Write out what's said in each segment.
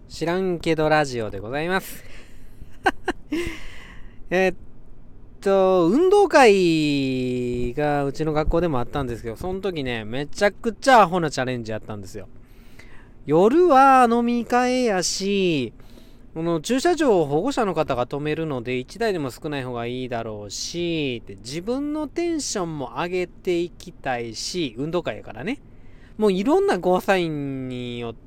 知らんけどラジオでございます。えっ運動会がうちの学校でもあったんですけど、その時ね、めちゃくちゃアホなチャレンジやったんですよ。夜は飲み会やし、この駐車場を保護者の方が止めるので1台でも少ない方がいいだろうし、で自分のテンションも上げていきたいし、運動会やからね。もういろんなゴーサインによって、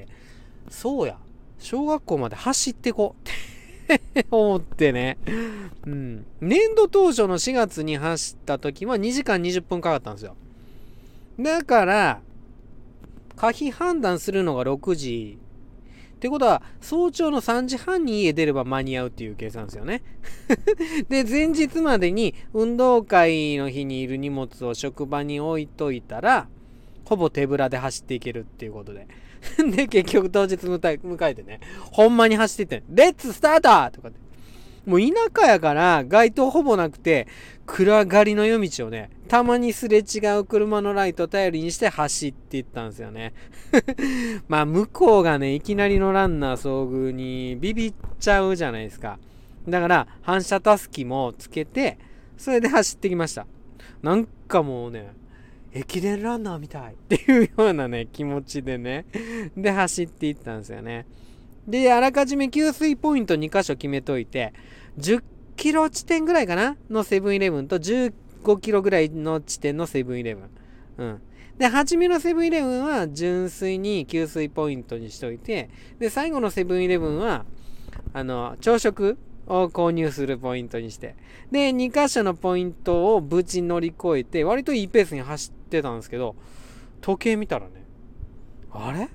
そうや、小学校まで走ってこって思ってね。うん。年度当初の4月に走った時は2時間20分かかったんですよ。だから、可否判断するのが6時。ってことは、早朝の3時半に家出れば間に合うっていう計算ですよね。で、前日までに運動会の日にいる荷物を職場に置いといたら、ほぼ手ぶらで走っていけるっていうことで。で、結局当日迎えてね、ほんまに走ってって、レッツスタートとかって。もう田舎やから街灯ほぼなくて、暗がりの夜道をね、たまにすれ違う車のライト頼りにして走っていったんですよね。まあ向こうがね、いきなりのランナー遭遇にビビっちゃうじゃないですか。だから反射たすきもつけて、それで走ってきました。なんかもうね、駅伝ランナーみたいっていうようなね、気持ちでね、で走っていったんですよね。で、あらかじめ給水ポイント2箇所決めといて、10キロ地点ぐらいかなのセブンイレブンと15キロぐらいの地点のセブンイレブン。うん。で、初めのセブンイレブンは純粋に給水ポイントにしといて、で、最後のセブンイレブンは、朝食を購入するポイントにして。で、2箇所のポイントを無事乗り越えて、割といいペースに走ってたんですけど、時計見たらね、あれ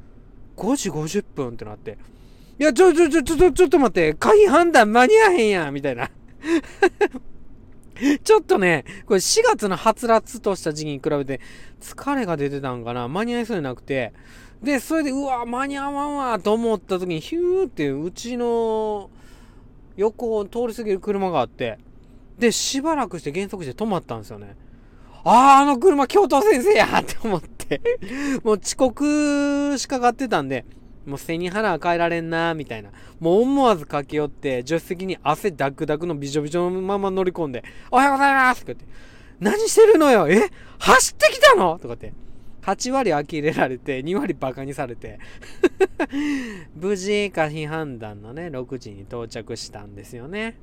?5 時50分ってなって、いや、ちょっと待って、回判断間に合わへんやんみたいな。ちょっとね、これ4月のはつらつとした時期に比べて、疲れが出てたんかな間に合いそうになくて。で、それで、うわ、間に合わんわと思った時に、ヒューってうちの横を通り過ぎる車があって、で、しばらくして減速して止まったんですよね。あの車教頭先生やって思って。もう遅刻しかかってたんで、もう背に腹は変えられんなみたいな。もう思わず駆け寄って、助手席に汗ダクダクのびしょびしょのまま乗り込んで、おはようございますとか言って、何してるのよ走ってきたのとかって。8割呆れられて、2割バカにされて、無事可否判断のね、6時に到着したんですよね。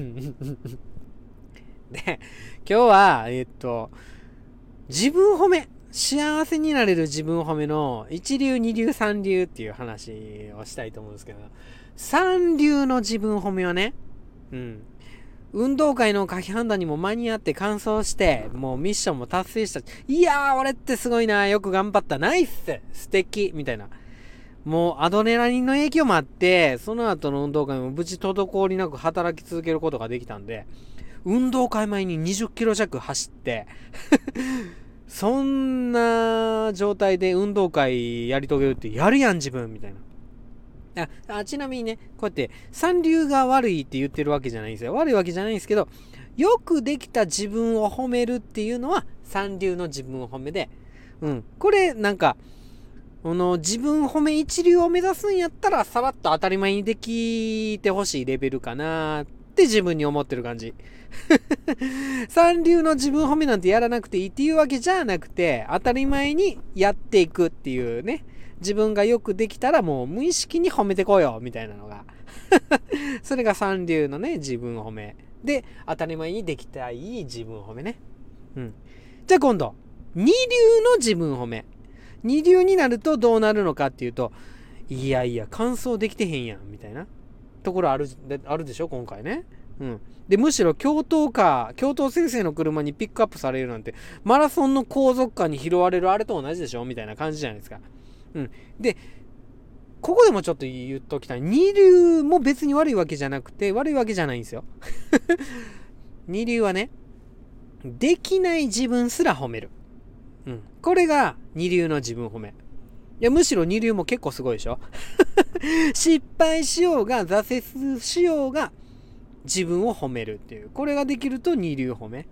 で、今日は、自分褒め。幸せになれる自分褒めの一流、二流、三流っていう話をしたいと思うんですけど、三流の自分褒めはね、うん。運動会の可否判断にも間に合って完走して、もうミッションも達成した。いやー、俺ってすごいな、よく頑張った、ナイス素敵みたいな。もうアドレナリンの影響もあって、その後の運動会も無事滞りなく働き続けることができたんで、運動会前に20キロ弱走ってそんな状態で運動会やり遂げるってやるやん自分みたいな。ちなみにね、こうやって三流が悪いって言ってるわけじゃないんですよ。悪いわけじゃないんですけど、よくできた自分を褒めるっていうのは三流の自分を褒めで、これなんか、自分褒め一流を目指すんやったらさらっと当たり前にできてほしいレベルかなって自分に思ってる感じ。三流の自分褒めなんてやらなくていいっていうわけじゃなくて、当たり前にやっていくっていうね。自分がよくできたらもう無意識に褒めてこようみたいなのが。それが三流のね、自分褒め。で、当たり前にできたい自分褒めね。じゃあ今度、二流の自分褒め。二流になるとどうなるのかっていうと、いやいや、完走できてへんやん、みたいなところあるでしょ、今回ね。で、むしろ教頭先生の車にピックアップされるなんて、マラソンの後続感に拾われるあれと同じでしょみたいな感じじゃないですか。で、ここでもちょっと言っときたい。二流も別に悪いわけじゃなくて、悪いわけじゃないんですよ。二流はね、できない自分すら褒める。これが二流の自分褒め。いや、むしろ二流も結構すごいでしょ。失敗しようが挫折しようが自分を褒めるっていう。これができると二流褒め。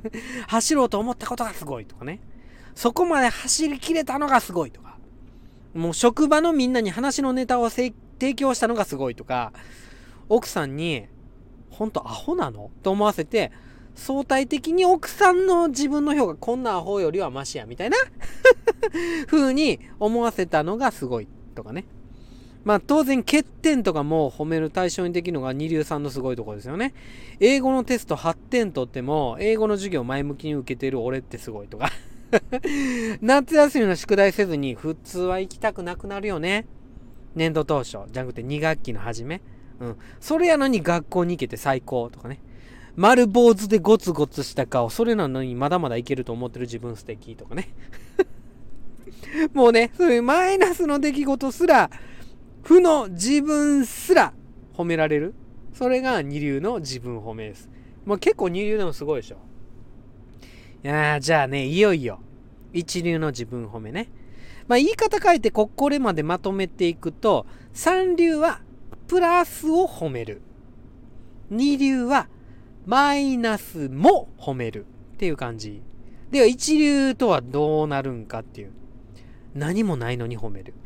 走ろうと思ったことがすごいとかね。そこまで走り切れたのがすごいとか。 もう職場のみんなに話のネタを提供したのがすごいとか、奥さんにほんとアホなのと思わせて、相対的に奥さんの自分の評価こんなアホよりはマシやみたいな風に思わせたのがすごいとかね。まあ当然欠点とかも褒める対象にできるのが二流さんのすごいところですよね。英語のテスト8点取っても英語の授業を前向きに受けてる俺ってすごいとか夏休みの宿題せずに普通は行きたくなくなるよね。年度当初じゃなくて2学期の初め、それやのに学校に行けて最高とかね。丸坊主でゴツゴツした顔、それなのにまだまだいけると思ってる自分素敵とかねもうね、そういうマイナスの出来事すら負の自分すら褒められる、それが二流の自分褒めです。もう結構二流でもすごいでしょ。いやー、じゃあね、いよいよ一流の自分褒めね。まあ言い方変えてこれまでまとめていくと、三流はプラスを褒める、二流はマイナスも褒めるっていう感じでは、一流とはどうなるんかっていう、何もないのに褒める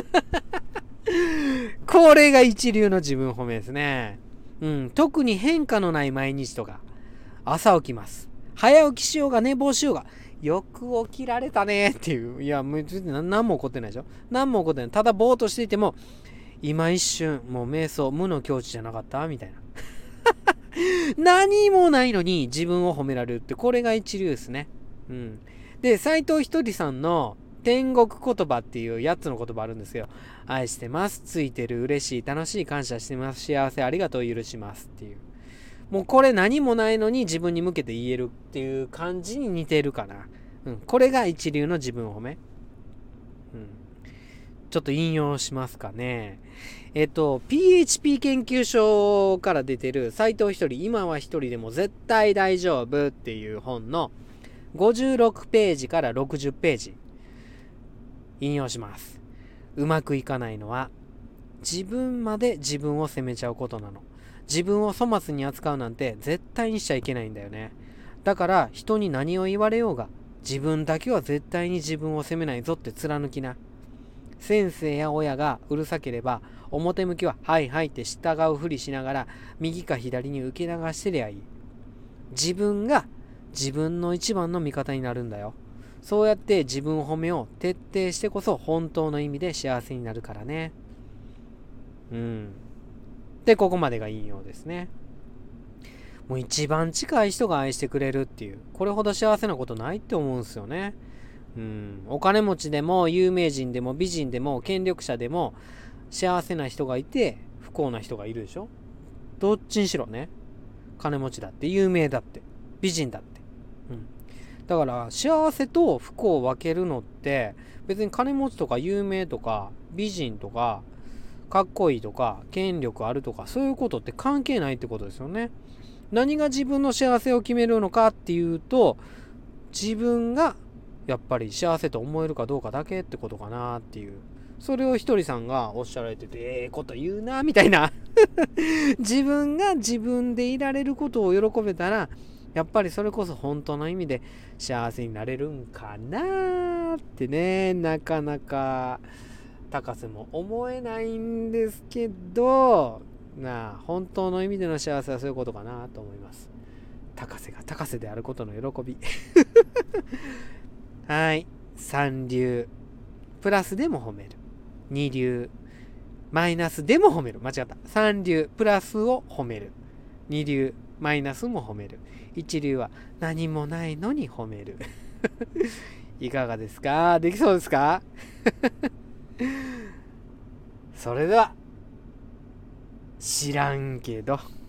これが一流の自分褒めですね。特に変化のない毎日とか、朝起きます、早起きしようが寝坊しようが、よく起きられたねっていう、いやもう何も起こってないでしょ。何も起こってない。ただぼーっとしていても、今一瞬もう瞑想無の境地じゃなかったみたいな何もないのに自分を褒められるって、これが一流ですね。で、斉藤ひとりさんの天国言葉っていう8つの言葉あるんですよ。愛してます、ついてる、嬉しい、楽しい、感謝してます、幸せ、ありがとう、許しますっていう。もうこれ何もないのに自分に向けて言えるっていう感じに似てるかな。これが一流の自分褒め。ちょっと引用しますかね。PHP 研究所から出てる斉藤ひとり、今は一人でも絶対大丈夫っていう本の56ページから60ページ引用します。うまくいかないのは自分まで自分を責めちゃうことなの。自分を粗末に扱うなんて絶対にしちゃいけないんだよね。だから人に何を言われようが、自分だけは絶対に自分を責めないぞって貫きな。先生や親がうるさければ表向きははいはいって従うふりしながら右か左に受け流してりゃいい。自分が自分の一番の味方になるんだよ。そうやって自分を褒めよう、徹底してこそ本当の意味で幸せになるからね。で、ここまでが引用ですね。もう一番近い人が愛してくれるっていう、これほど幸せなことないって思うんですよね。お金持ちでも有名人でも美人でも権力者でも幸せな人がいて不幸な人がいるでしょ。どっちにしろね、金持ちだって有名だって美人だって、だから幸せと不幸を分けるのって別に金持ちとか有名とか美人とかかっこいいとか権力あるとかそういうことって関係ないってことですよね。何が自分の幸せを決めるのかっていうと、自分がやっぱり幸せと思えるかどうかだけってことかなっていう、それをひとりさんがおっしゃられてて、こと言うなみたいな自分が自分でいられることを喜べたら、やっぱりそれこそ本当の意味で幸せになれるんかなってね、なかなか高瀬も思えないんですけど、本当の意味での幸せはそういうことかなと思います。高瀬が高瀬であることの喜びはい。三流、プラスでも褒める。二流、マイナスでも褒める。間違った。三流、プラスを褒める。二流、マイナスも褒める。一流は何もないのに褒めるいかがですか？できそうですか？それでは知らんけど